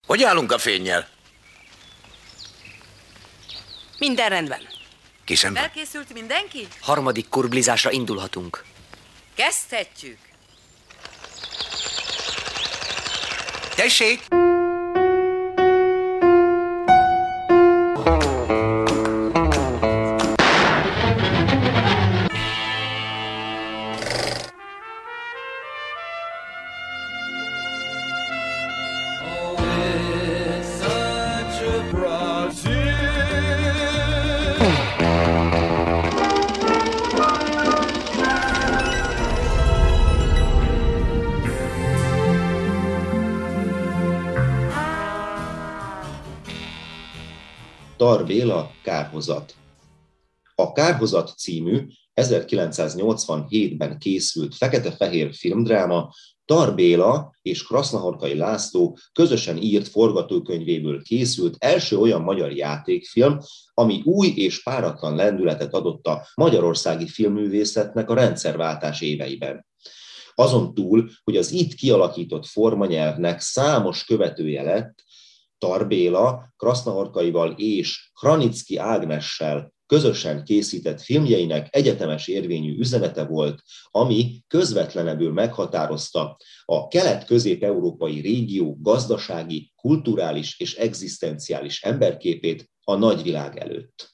Hogy állunk a fénnyel? Minden rendben. Készen van? Elkészült mindenki? Harmadik kurblizásra indulhatunk. Kezdhetjük. Tessék! Tar Béla, Kárhozat. A Kárhozat című 1987-ben készült fekete-fehér filmdráma Tar Béla és Krasznahorkai László közösen írt forgatókönyvéből készült első olyan magyar játékfilm, ami új és páratlan lendületet adott a magyarországi filmművészetnek a rendszerváltás éveiben. Azon túl, hogy az itt kialakított formanyelvnek számos követője lett, Tar Béla Krasznahorkaival és Hraniczky Ágnessel közösen készített filmjeinek egyetemes érvényű üzenete volt, ami közvetlenebbül meghatározta a kelet-közép-európai régió gazdasági, kulturális és egzisztenciális emberképét a nagyvilág előtt.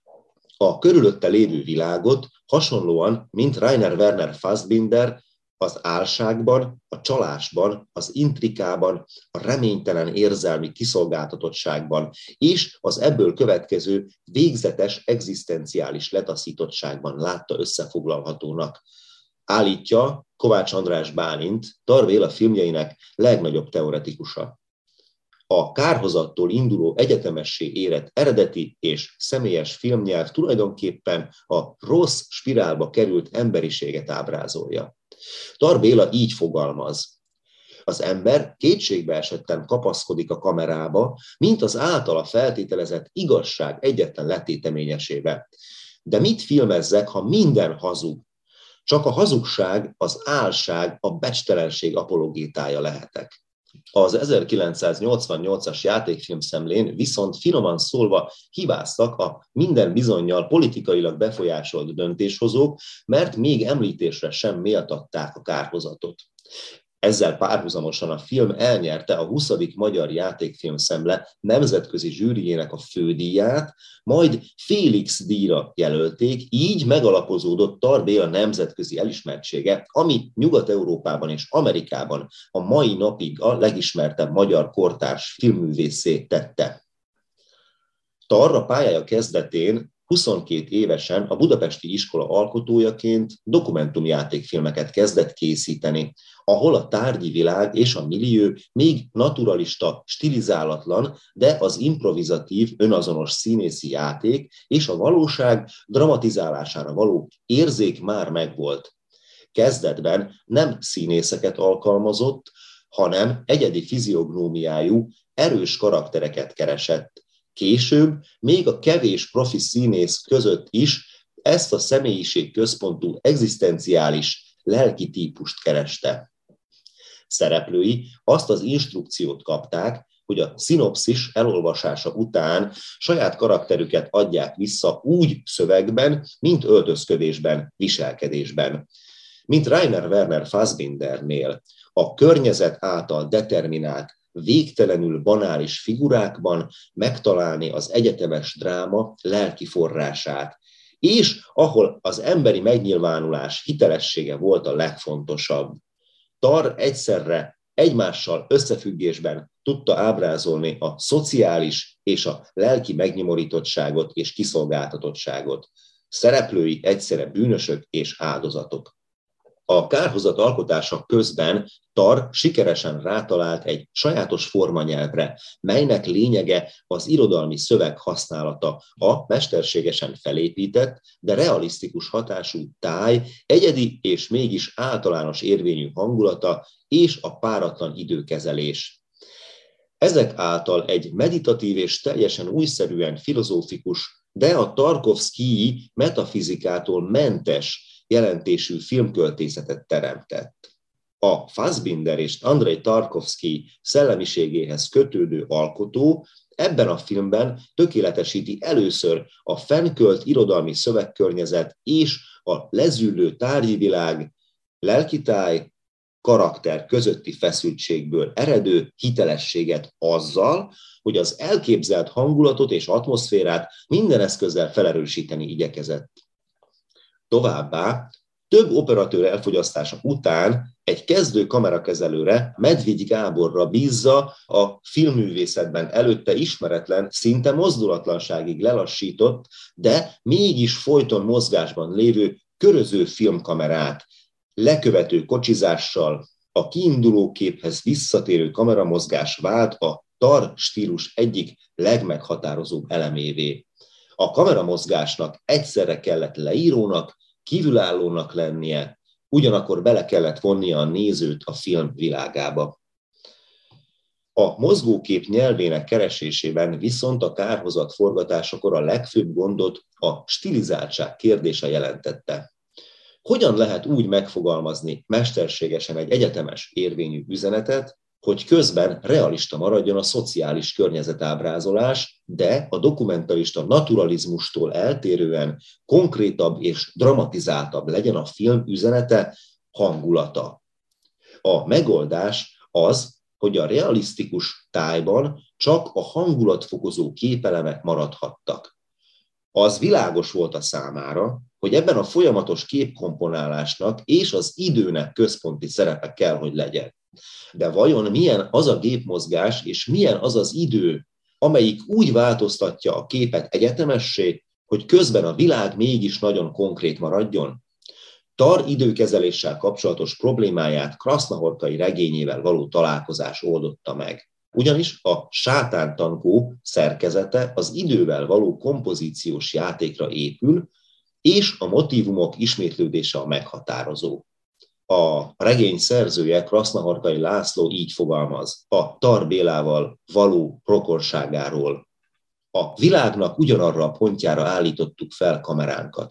A körülötte lévő világot hasonlóan, mint Rainer Werner Fassbinder, az álságban, a csalásban, az intrikában, a reménytelen érzelmi kiszolgáltatottságban és az ebből következő végzetes egzisztenciális letaszítottságban látta összefoglalhatónak. Állítja Kovács András Bálint, Tar Béla filmjeinek legnagyobb teoretikusa. A Kárhozattól induló egyetemessé érett eredeti és személyes filmnyelv tulajdonképpen a rossz spirálba került emberiséget ábrázolja. Tar Béla így fogalmaz: az ember kétségbe esetten kapaszkodik a kamerába, mint az általa feltételezett igazság egyetlen letéteményesébe. De mit filmezzek, ha minden hazug? Csak a hazugság, az álság, a becstelenség apologétája lehetek. Az 1988-as játékfilmszemlén viszont finoman szólva hibáztak a minden bizonnyal politikailag befolyásolt döntéshozók, mert még említésre sem méltatták a Kárhozatot. Ezzel párhuzamosan a film elnyerte a 20. Magyar Játékfilmszemle nemzetközi zsűrijének a fődíját, majd Félix díjra jelölték, így megalapozódott Tar Béla nemzetközi elismertsége, ami Nyugat-Európában és Amerikában a mai napig a legismertebb magyar kortárs filmművésszé tette. Tar a pályája kezdetén 22 évesen a budapesti iskola alkotójaként dokumentumjátékfilmeket kezdett készíteni, ahol a tárgyi világ és a millió még naturalista, stilizálatlan, de az improvizatív, önazonos színészi játék és a valóság dramatizálására való érzék már megvolt. Kezdetben nem színészeket alkalmazott, hanem egyedi fiziognómiájú, erős karaktereket keresett. Később még a kevés profi színész között is ezt a személyiségközpontú egzisztenciális lelki típust kereste. Szereplői azt az instrukciót kapták, hogy a szinopszis elolvasása után saját karakterüket adják vissza úgy szövegben, mint öltözködésben, viselkedésben. Mint Rainer Werner Fassbindernél, a környezet által determinált, végtelenül banális figurákban megtalálni az egyetemes dráma lelki forrását, és ahol az emberi megnyilvánulás hitelessége volt a legfontosabb. Tar egyszerre egymással összefüggésben tudta ábrázolni a szociális és a lelki megnyomorítottságot és kiszolgáltatottságot. Szereplői egyszerre bűnösök és áldozatok. A Kárhozat alkotása közben Tar sikeresen rátalált egy sajátos formanyelvre, melynek lényege az irodalmi szöveg használata, a mesterségesen felépített, de realisztikus hatású táj, egyedi és mégis általános érvényű hangulata és a páratlan időkezelés. Ezek által egy meditatív és teljesen újszerűen filozófikus, de a tarkovszkiji metafizikától mentes jelentésű filmköltészetet teremtett. A Fassbinder és Andrei Tarkovszky szellemiségéhez kötődő alkotó ebben a filmben tökéletesíti először a fennkölt irodalmi szövegkörnyezet és a lezűlő tárgyi világ, lelkitáj, karakter közötti feszültségből eredő hitelességet azzal, hogy az elképzelt hangulatot és atmoszférát minden eszközzel felerősíteni igyekezett. Továbbá több operatőr elfogyasztása után egy kezdő kamerakezelőre, Medvigy Gáborra bízza a filmművészetben előtte ismeretlen, szinte mozdulatlanságig lelassított, de mégis folyton mozgásban lévő köröző filmkamerát, lekövető kocsizással a kiinduló képhez visszatérő kameramozgás vált a TAR stílus egyik legmeghatározóbb elemévé. A kameramozgásnak egyszerre kellett leírónak, kívülállónak lennie, ugyanakkor bele kellett vonnia a nézőt a film világába. A mozgókép nyelvének keresésében viszont a kárhozat forgatásakor a legfőbb gondot a stilizáltság kérdése jelentette. Hogyan lehet úgy megfogalmazni mesterségesen egy egyetemes érvényű üzenetet, hogy közben realista maradjon a szociális környezetábrázolás, de a dokumentarista naturalizmustól eltérően konkrétabb és dramatizáltabb legyen a film üzenete, hangulata. A megoldás az, hogy a realisztikus tájban csak a hangulatfokozó képelemek maradhattak. Az világos volt a számára, hogy ebben a folyamatos képkomponálásnak és az időnek központi szerepe kell, hogy legyen. De vajon milyen az a gépmozgás, és milyen az az idő, amelyik úgy változtatja a képet egyetemessé, hogy közben a világ mégis nagyon konkrét maradjon? TAR időkezeléssel kapcsolatos problémáját Krasznahorkai regényével való találkozás oldotta meg. Ugyanis a Sátántankó szerkezete az idővel való kompozíciós játékra épül, és a motívumok ismétlődése a meghatározó. A regény szerzője, Krasznahorkai László így fogalmaz a Tar Bélával való rokonságáról. A világnak ugyanarra a pontjára állítottuk fel kameránkat.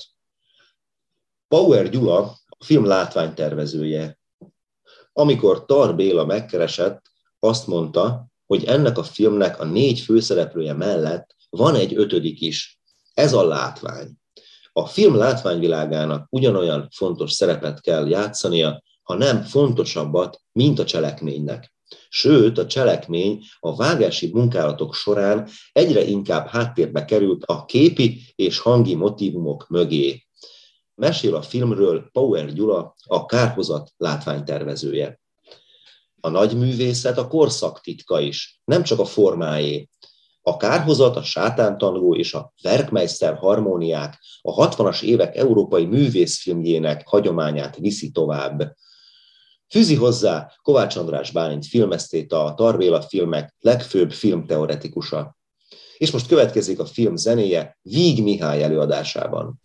Bauer Gyula, a film látványtervezője, amikor Tar Béla megkeresett, azt mondta, hogy ennek a filmnek a 4 főszereplője mellett van egy 5. is. Ez a látvány. A film látványvilágának ugyanolyan fontos szerepet kell játszania, ha nem fontosabbat, mint a cselekménynek. Sőt, a cselekmény a vágási munkálatok során egyre inkább háttérbe került a képi és hangi motívumok mögé. Mesél a filmről Bauer Gyula, a Kárhozat látványtervezője. A nagyművészet a korszak titka is, nem csak a formáé. A Kárhozat, a Sátántangó és a Werkmeister harmóniák a 60-as évek európai művészfilmjének hagyományát viszi tovább. Fűzi hozzá Kovács András Bálint filmesztéta, a Tar Béla filmek legfőbb filmteoretikusa. És most következik a film zenéje Víg Mihály előadásában.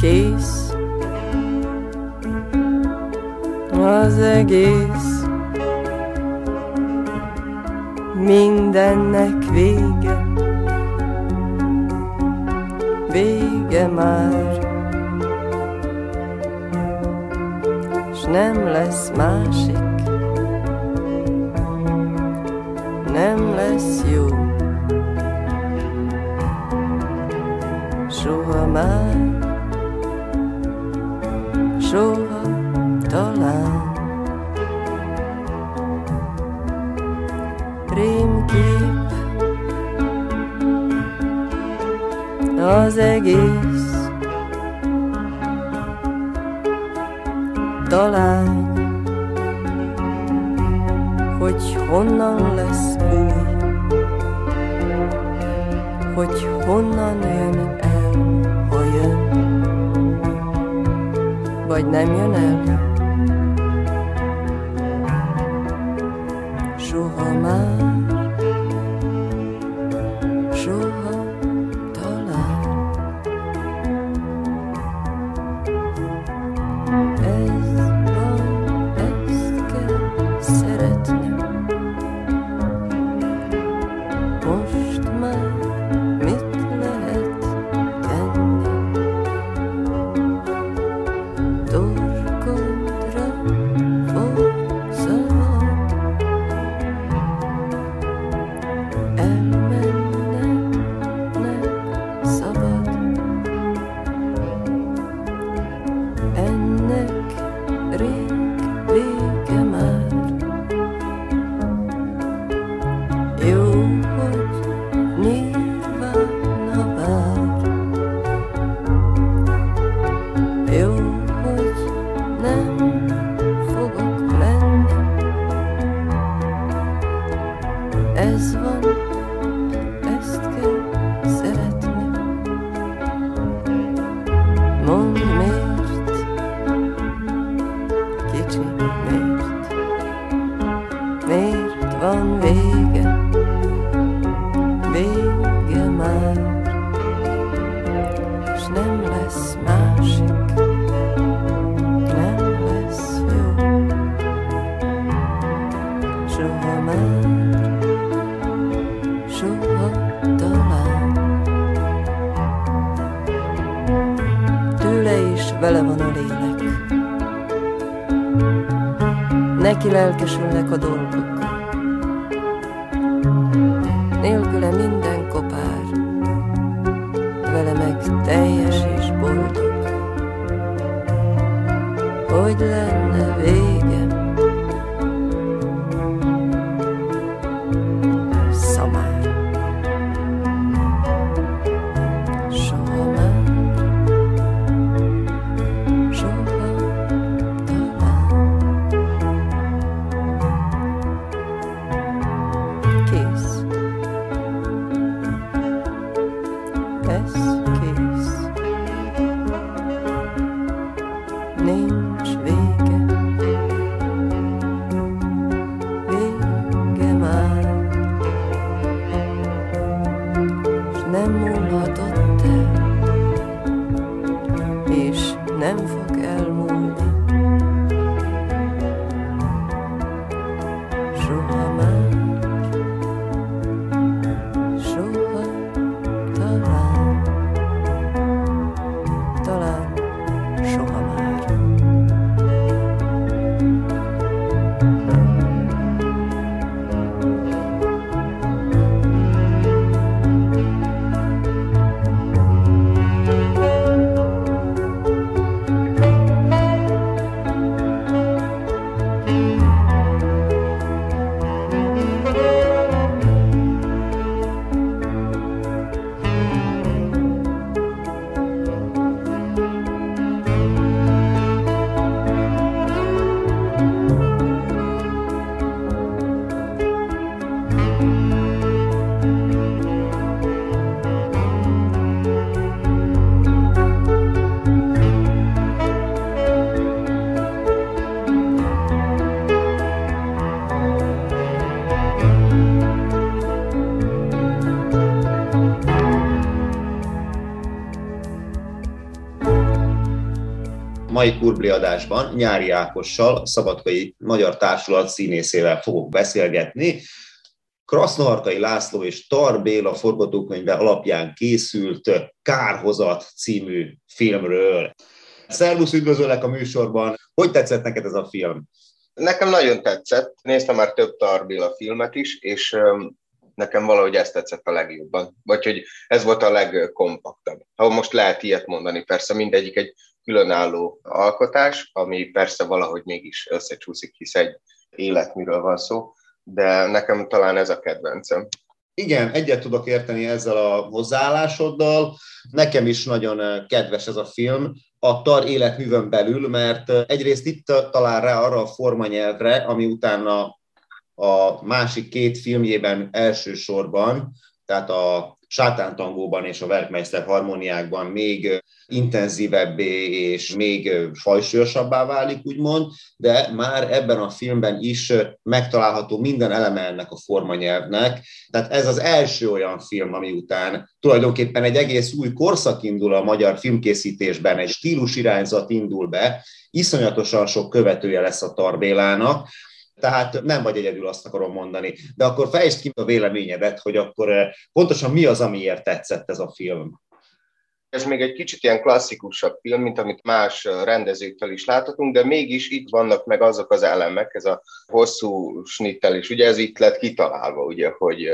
Kész az egész, mindennek vége, vége már, s nem lesz másik, nem lesz jó, soha már, soha talán. Rémkép az egész, talán, hogy honnan lesz új, hogy honnan jön el, ha jön, vagy nem jön el. Soha már, soha talán. Ez van, ezt kell szeretnem. Most már mit lehet tenni? Torkodra fog szabad elmennem, nem szabad. Ennek rég vége már. Jó, hogy nirvána vár. Jó, hogy nem fogok lenni. Ez van, ezt kell szeretni. Mondd miért, kicsi, miért? Miért van vége, vége már, s nem lesz másik, nem lesz jó, soha már, soha talán. Tőle is vele van a lélek, neki lelkesülnek a dolgok, nélküle minden kopár, vele meg teljes és boldog. Hogy lenne vége, szamár, soha már, soha talán. Kész, ez kész, nincs vége, vége már, s nem múlhatott el, és nem fog elmúlni, soha már, soha talán, talán soha már. Mai Kurbli adásban Nyári Ákossal, a Szabadkai Magyar Társulat színészével fogok beszélgetni. Krasznaharkai László és Tar Béla forgatókönyve alapján készült Kárhozat című filmről. Szervusz, üdvözöllek a műsorban. Hogy tetszett neked ez a film? Nekem nagyon tetszett. Néztem már több Tar Béla filmet is, és nekem valahogy ez tetszett a legjobban. Vagy hogy ez volt a legkompaktabb. Ha most lehet ilyet mondani, persze mindegyik egy különálló alkotás, ami persze valahogy mégis összecsúszik, hisz egy életműről van szó, de nekem talán ez a kedvencem. Igen, egyet tudok érteni ezzel a hozzáállásoddal. Nekem is nagyon kedves ez a film a Tar életművön belül, mert egyrészt itt talál rá arra a formanyelvre, ami utána a másik két filmjében elsősorban, tehát a Sátántangóban és a Werkmeister harmóniákban még intenzívebbé és még fajsúlyosabbá válik, úgymond, de már ebben a filmben is megtalálható minden eleme ennek a formanyelvnek. Tehát ez az első olyan film, ami után tulajdonképpen egy egész új korszak indul a magyar filmkészítésben, egy stílusirányzat indul be, iszonyatosan sok követője lesz a Tar Bélának, tehát nem vagy egyedül, azt akarom mondani. De akkor fejtsd ki a véleményedet, hogy akkor pontosan mi az, amiért tetszett ez a film. Ez még egy kicsit ilyen klasszikusabb film, mint amit más rendezőktől is láthatunk, de mégis itt vannak meg azok az elemek, ez a hosszú snittelés. Ugye ez itt lett kitalálva, ugye,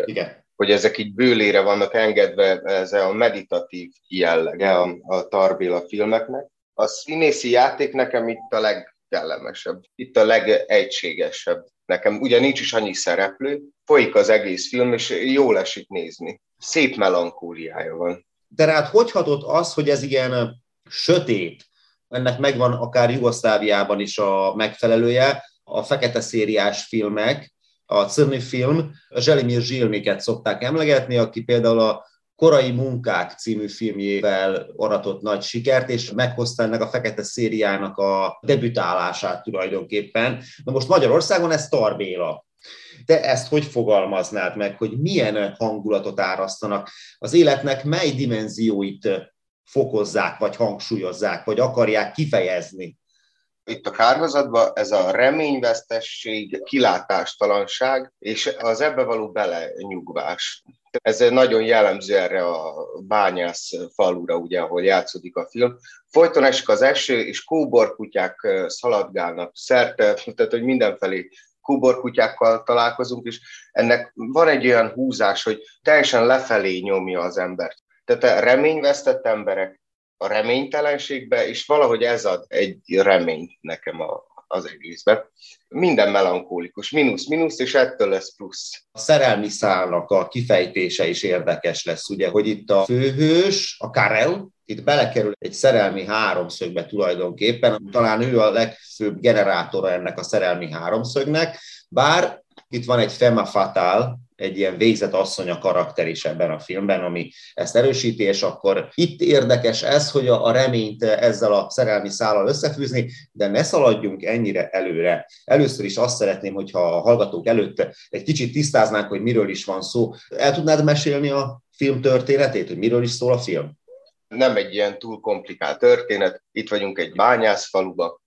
hogy ezek így bőlére vannak engedve, ez a meditatív jellege a Tar Béla filmeknek. A színészi játék nekem itt a legkellemesebb, itt a legegységesebb. Nekem ugye nincs is annyi szereplő, folyik az egész film, és jól esik nézni. Szép melankóliája van. De rád hogy hatott az, hogy ez ilyen sötét, ennek megvan akár Jugoszláviában is a megfelelője, a fekete szériás filmek, a Czerny film, Zselimir Zsilniket szokták emlegetni, aki például a Korai Munkák című filmjével aratott nagy sikert, és meghozta ennek a fekete szériának a debütálását tulajdonképpen. Na most Magyarországon ez Tar Béla. Te ezt hogy fogalmaznád meg, hogy milyen hangulatot árasztanak? Az életnek mely dimenzióit fokozzák, vagy hangsúlyozzák, vagy akarják kifejezni? Itt a Kárhozatban ez a reményvesztesség, kilátástalanság, és az ebbe való belenyugvás. Ez nagyon jellemző erre a bányász falura, ugye, ahol játszódik a film. Folyton esik az eső, és kóborkutyák szaladgálnak szerte, tehát hogy mindenfelé kóborkutyákkal találkozunk, és ennek van egy olyan húzás, hogy teljesen lefelé nyomja az embert. Tehát a reményvesztett emberek a reménytelenségbe, és valahogy ez ad egy reményt nekem az egészben. Minden melankólikus, mínusz, és ettől lesz plusz. A szerelmi szálnak a kifejtése is érdekes lesz, ugye, hogy itt a főhős, a Karel, itt belekerül egy szerelmi háromszögbe tulajdonképpen, talán ő a legfőbb generátora ennek a szerelmi háromszögnek, bár itt van egy femme fatale, egy ilyen végzett asszony a karakter is ebben a filmben, ami ezt erősíti, és akkor itt érdekes ez, hogy a reményt ezzel a szerelmi szállal összefűzni, de ne szaladjunk ennyire előre. Először is azt szeretném, hogyha a hallgatók előtt egy kicsit tisztáznánk, hogy miről is van szó. El tudnád mesélni a film történetét, hogy miről is szól a film? Nem egy ilyen túl komplikált történet. Itt vagyunk egy bányászfaluba,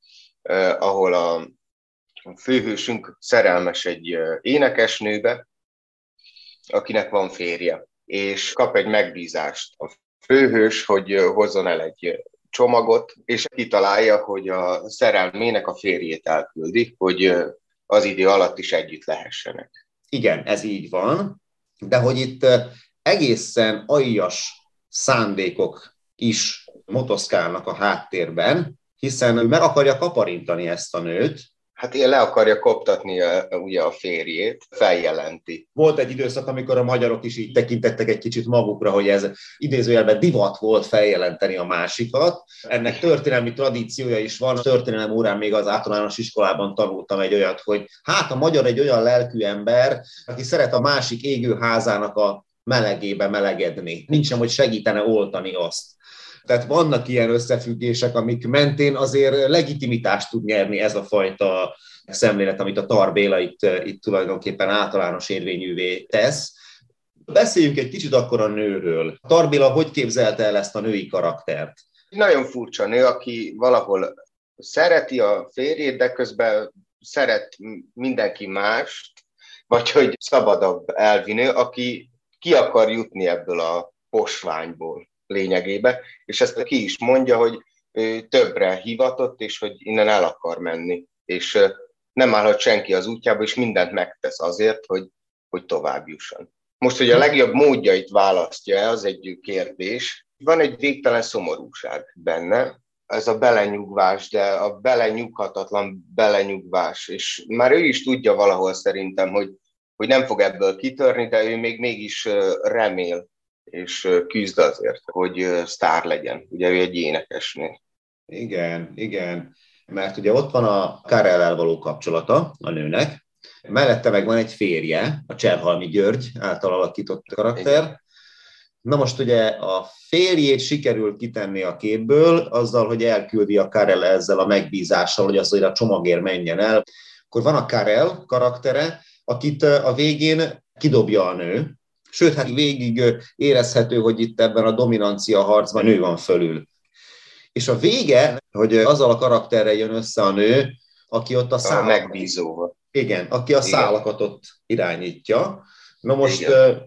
ahol a főhősünk szerelmes egy énekesnőbe, akinek van férje, és kap egy megbízást a főhős, hogy hozzon el egy csomagot, és kitalálja, hogy a szerelmének a férjét elküldi, hogy az idő alatt is együtt lehessenek. Igen, ez így van, de hogy itt egészen aljas szándékok is motoszkálnak a háttérben, hiszen ő meg akarja kaparintani ezt a nőt. Hát le akarja koptatni ugye a férjét, feljelenti. Volt egy időszak, amikor a magyarok is így tekintettek egy kicsit magukra, hogy ez idézőjelben divat volt feljelenteni a másikat. Ennek történelmi tradíciója is van. A történelem órán még az általános iskolában tanultam egy olyat, hogy hát a magyar egy olyan lelkű ember, aki szeret a másik égőházának a melegébe melegedni. Nincs sem, hogy segítene oltani azt. Tehát vannak ilyen összefüggések, amik mentén azért legitimitást tud nyerni ez a fajta szemlélet, amit a Tar Béla itt tulajdonképpen általános érvényűvé tesz. Beszéljünk egy kicsit akkor a nőről. Tar Béla hogy képzelte el ezt a női karaktert? Nagyon furcsa nő, aki valahol szereti a férjét, de közben szeret mindenki mást, vagy hogy szabadabb elvinő, aki ki akar jutni ebből a posványból lényegébe, és ezt ki is mondja, hogy ő többre hivatott, és hogy innen el akar menni, és nem állhat senki az útjába, és mindent megtesz azért, hogy tovább jusson. Most, hogy a legjobb módjait választja, az egy kérdés. Van egy végtelen szomorúság benne, ez a belenyugvás, de a belenyughatatlan belenyugvás, és már ő is tudja valahol szerintem, hogy nem fog ebből kitörni, de ő mégis remél, és küzd azért, hogy sztár legyen. Ugye ő egy énekesnő. Igen, mert ugye ott van a Karellel való kapcsolata a nőnek, mellette meg van egy férje, a Cserhalmi György által alakított karakter. Igen. Na most ugye a férjét sikerült kitenni a képből, azzal, hogy elküldi a Karel ezzel a megbízással, hogy azért a csomagért menjen el. Akkor van a Karel karaktere, akit a végén kidobja a nő, sőt, hát végig érezhető, hogy itt ebben a dominancia harcban nő van fölül. És a vége, hogy azzal a karakterrel jön össze a nő, aki ott a megbízóval. Igen, aki a szálakat ott irányítja. Na most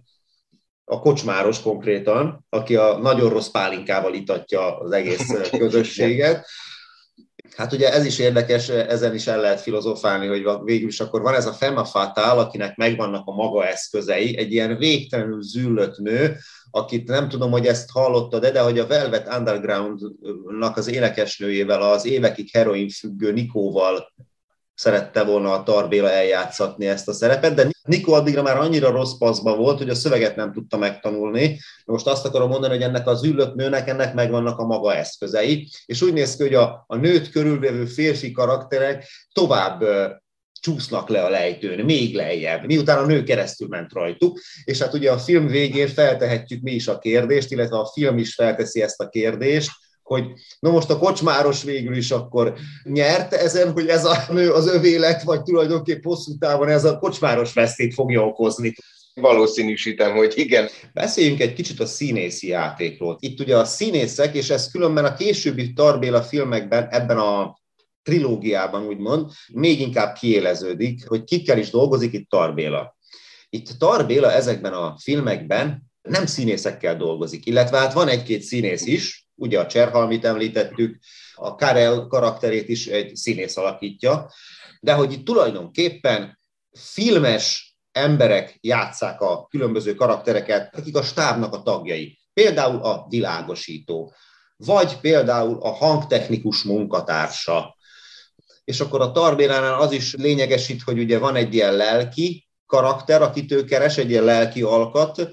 a kocsmáros konkrétan, aki a nagyon rossz pálinkával itatja az egész közösséget. Hát ugye ez is érdekes, ezen is el lehet filozofálni, hogy végül is akkor van ez a femme fatale, akinek megvannak a maga eszközei, egy ilyen végtelenül züllött nő, akit nem tudom, hogy ezt hallottad, de hogy a Velvet Underground-nak az énekesnőjével, az évekig heroinfüggő Nikóval szerette volna a Tar Béla eljátszatni ezt a szerepet, de Nikó addigra már annyira rossz paszban volt, hogy a szöveget nem tudta megtanulni. Most azt akarom mondani, hogy ennek az üllött nőnek ennek megvannak a maga eszközei, és úgy néz ki, hogy a nőt körülvevő férfi karakterek tovább csúsznak le a lejtőn, még lejjebb, miután a nő keresztül ment rajtuk, és hát ugye a film végén feltehetjük mi is a kérdést, illetve a film is felteszi ezt a kérdést, hogy na most a kocsmáros végül is akkor nyert ezen, hogy ez a nő az övé lett, vagy tulajdonképp hosszú távon ez a kocsmáros vesztét fogja okozni. Valószínűsítem, hogy igen. Beszéljünk egy kicsit a színészi játékról. Itt ugye a színészek, és ez különben a későbbi Tar Béla filmekben, ebben a trilógiában úgymond, még inkább kiéleződik, hogy kikkel is dolgozik itt Tar Béla. Itt Tar Béla ezekben a filmekben nem színészekkel dolgozik, illetve hát van egy-két színész is, ugye a Cserhalmit említettük, a Karel karakterét is egy színész alakítja, de hogy itt tulajdonképpen filmes emberek játsszák a különböző karaktereket, akik a stábnak a tagjai. Például a világosító, vagy például a hangtechnikus munkatársa. És akkor a Tar Bélánál az is lényeges itt, hogy ugye van egy ilyen lelki karakter, akit ő keres, egy ilyen lelki alkat,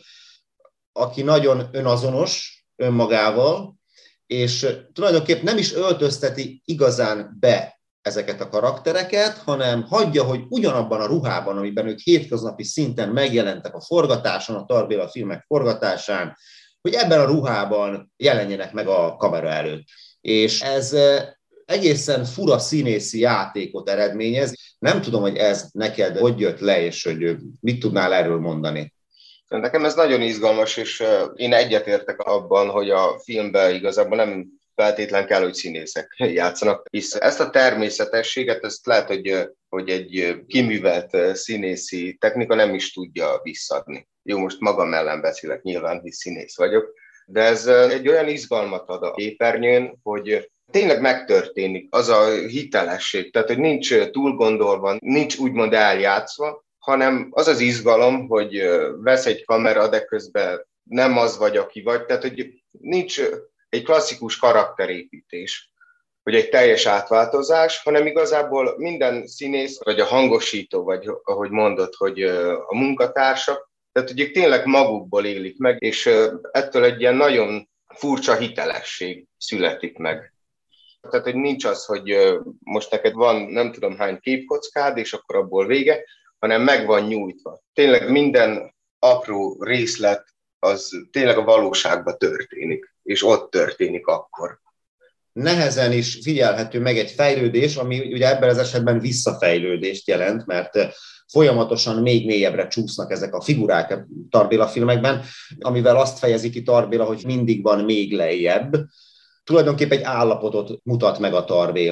aki nagyon önazonos önmagával, és tulajdonképpen nem is öltözteti igazán be ezeket a karaktereket, hanem hagyja, hogy ugyanabban a ruhában, amiben ők hétköznapi szinten megjelentek a forgatáson, a Tar Béla filmek forgatásán, hogy ebben a ruhában jelenjenek meg a kamera előtt. És ez egészen fura színészi játékot eredményez. Nem tudom, hogy ez neked hogy jött le, és hogy mit tudnál erről mondani. Nekem ez nagyon izgalmas, és én egyetértek abban, hogy a filmben igazából nem feltétlen kell, hogy színészek játszanak. Hisz ezt a természetességet, ezt lehet, hogy egy kiművelt színészi technika nem is tudja visszadni. Jó, most magam ellen beszélek nyilván, hisz színész vagyok, de ez egy olyan izgalmat ad a képernyőn, hogy tényleg megtörténik az a hitelesség, tehát hogy nincs túl gondolva, nincs úgymond eljátszva, hanem az az izgalom, hogy vesz egy kamera, de közben nem az vagy, aki vagy, tehát hogy nincs egy klasszikus karakterépítés, hogy egy teljes átváltozás, hanem igazából minden színész, vagy a hangosító, vagy ahogy mondod, hogy a munkatársak, tehát hogy ők tényleg magukból élik meg, és ettől egy ilyen nagyon furcsa hitelesség születik meg. Tehát, hogy nincs az, hogy most neked van nem tudom hány képkockád, és akkor abból vége, hanem meg van nyújtva. Tényleg minden apró részlet az tényleg a valóságban történik, és ott történik akkor. Nehezen is figyelhető meg egy fejlődés, ami ugye ebben az esetben visszafejlődést jelent, mert folyamatosan még mélyebbre csúsznak ezek a figurák Tar Béla filmekben, amivel azt fejezi ki Tar Béla, hogy mindig van még lejjebb. Tulajdonképpen egy állapotot mutat meg a Tar Béla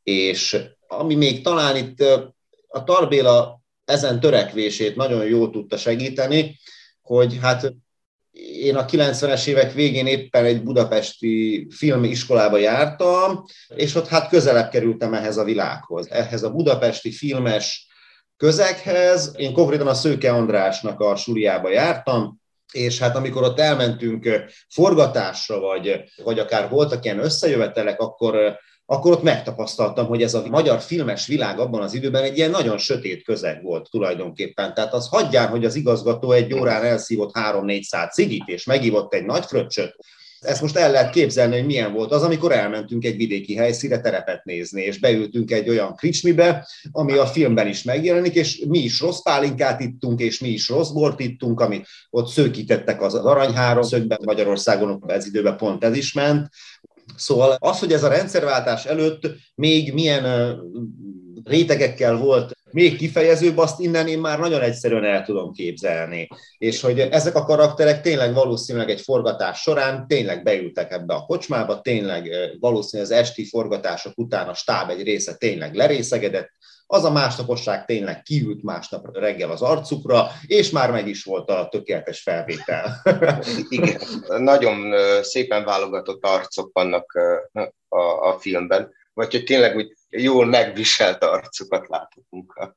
És ami még talán itt a Tar Béla ezen törekvését nagyon jól tudta segíteni, hogy hát én a 90-es évek végén éppen egy budapesti filmiskolába jártam, és ott hát közelebb kerültem ehhez a világhoz, ehhez a budapesti filmes közeghez. Én konkrétan a Szőke Andrásnak a suliába jártam, és hát amikor ott elmentünk forgatásra, vagy akár voltak ilyen összejövetelek, akkor ott megtapasztaltam, hogy ez a magyar filmes világ abban az időben egy ilyen nagyon sötét közeg volt tulajdonképpen. Tehát az hagyján, hogy az igazgató egy órán elszívott 3-400 cigit, és megívott egy nagy fröccsöt. Ezt most el lehet képzelni, hogy milyen volt az, amikor elmentünk egy vidéki helyszínre terepet nézni, és beültünk egy olyan kricsmibe, ami a filmben is megjelenik, és mi is rossz pálinkát ittunk, és mi is rossz bort ittunk, ami ott szőkítettek az aranyháromszögben, Magyarországon ez időben pont ez is ment. Szóval az, hogy ez a rendszerváltás előtt még milyen rétegekkel volt még kifejezőbb, azt innen én már nagyon egyszerűen el tudom képzelni. És hogy ezek a karakterek tényleg valószínűleg egy forgatás során tényleg beültek ebbe a kocsmába, tényleg valószínűleg az esti forgatások után a stáb egy része tényleg lerészegedett, az a másnaposság tényleg kiült másnap reggel az arcukra, és már meg is volt a tökéletes felvétel. Igen, nagyon szépen válogatott arcok vannak a filmben, vagy hogy tényleg úgy jól megviselt arcukat láthatunk.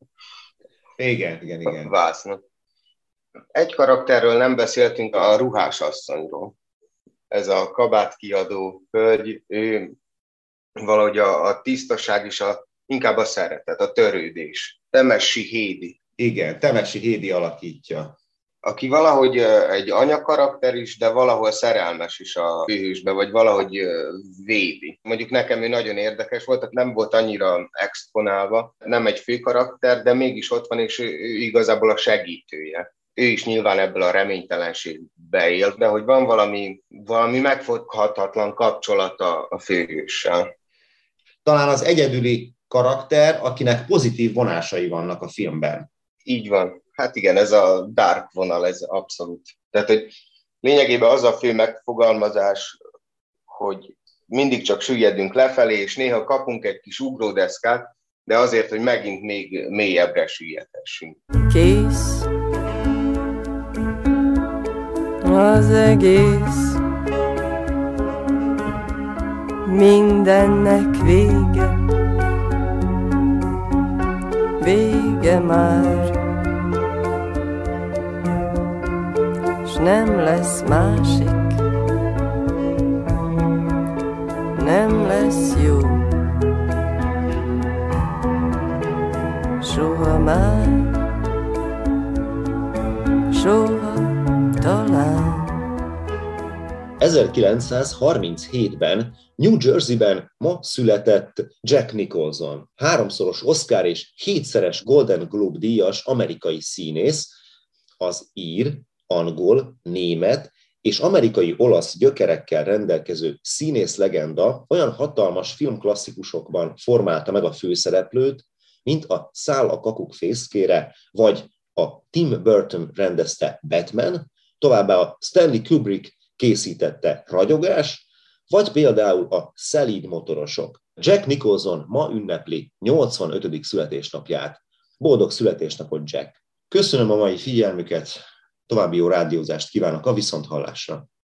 Igen. Vásznak. Egy karakterről nem beszéltünk, a ruhás asszonyról. Ez a kabátkiadó hölgy, ő valahogy a tisztaság és inkább a szeretet, a törődés. Temessy Hédi. Igen, Temessy Hédi alakítja. Aki valahogy egy anyakarakter is, de valahol szerelmes is a főhősbe, vagy valahogy védi. Mondjuk nekem ő nagyon érdekes volt, nem volt annyira exponálva, nem egy főkarakter, de mégis ott van, és ő igazából a segítője. Ő is nyilván ebből a reménytelenségbe él, de hogy van valami megfoghatatlan kapcsolata a főhőssel. Talán az egyedüli karakter, akinek pozitív vonásai vannak a filmben. Így van. Hát igen, ez a dark vonal, ez abszolút. Tehát, hogy lényegében az a fő megfogalmazás, hogy mindig csak süllyedünk lefelé, és néha kapunk egy kis ugródeszkát, de azért, hogy megint még mélyebbre süllyedhessünk. Kész az egész, mindennek vége, vége már, s nem lesz másik, nem lesz jó, soha már, soha talán. 1937-ben New Jersey-ben ma született Jack Nicholson, 3-szoros Oscar és 7-szeres Golden Globe díjas amerikai színész, az ír, angol, német és amerikai-olasz gyökerekkel rendelkező színész legenda olyan hatalmas filmklasszikusokban formálta meg a főszereplőt, mint a Száll a kakuk fészkére, vagy a Tim Burton rendezte Batman, továbbá a Stanley Kubrick készítette Ragyogás, vagy például a Szelíd motorosok. Jack Nicholson ma ünnepli 85. születésnapját. Boldog születésnapot, Jack! Köszönöm a mai figyelmüket, további jó rádiózást kívánok a viszonthallásra!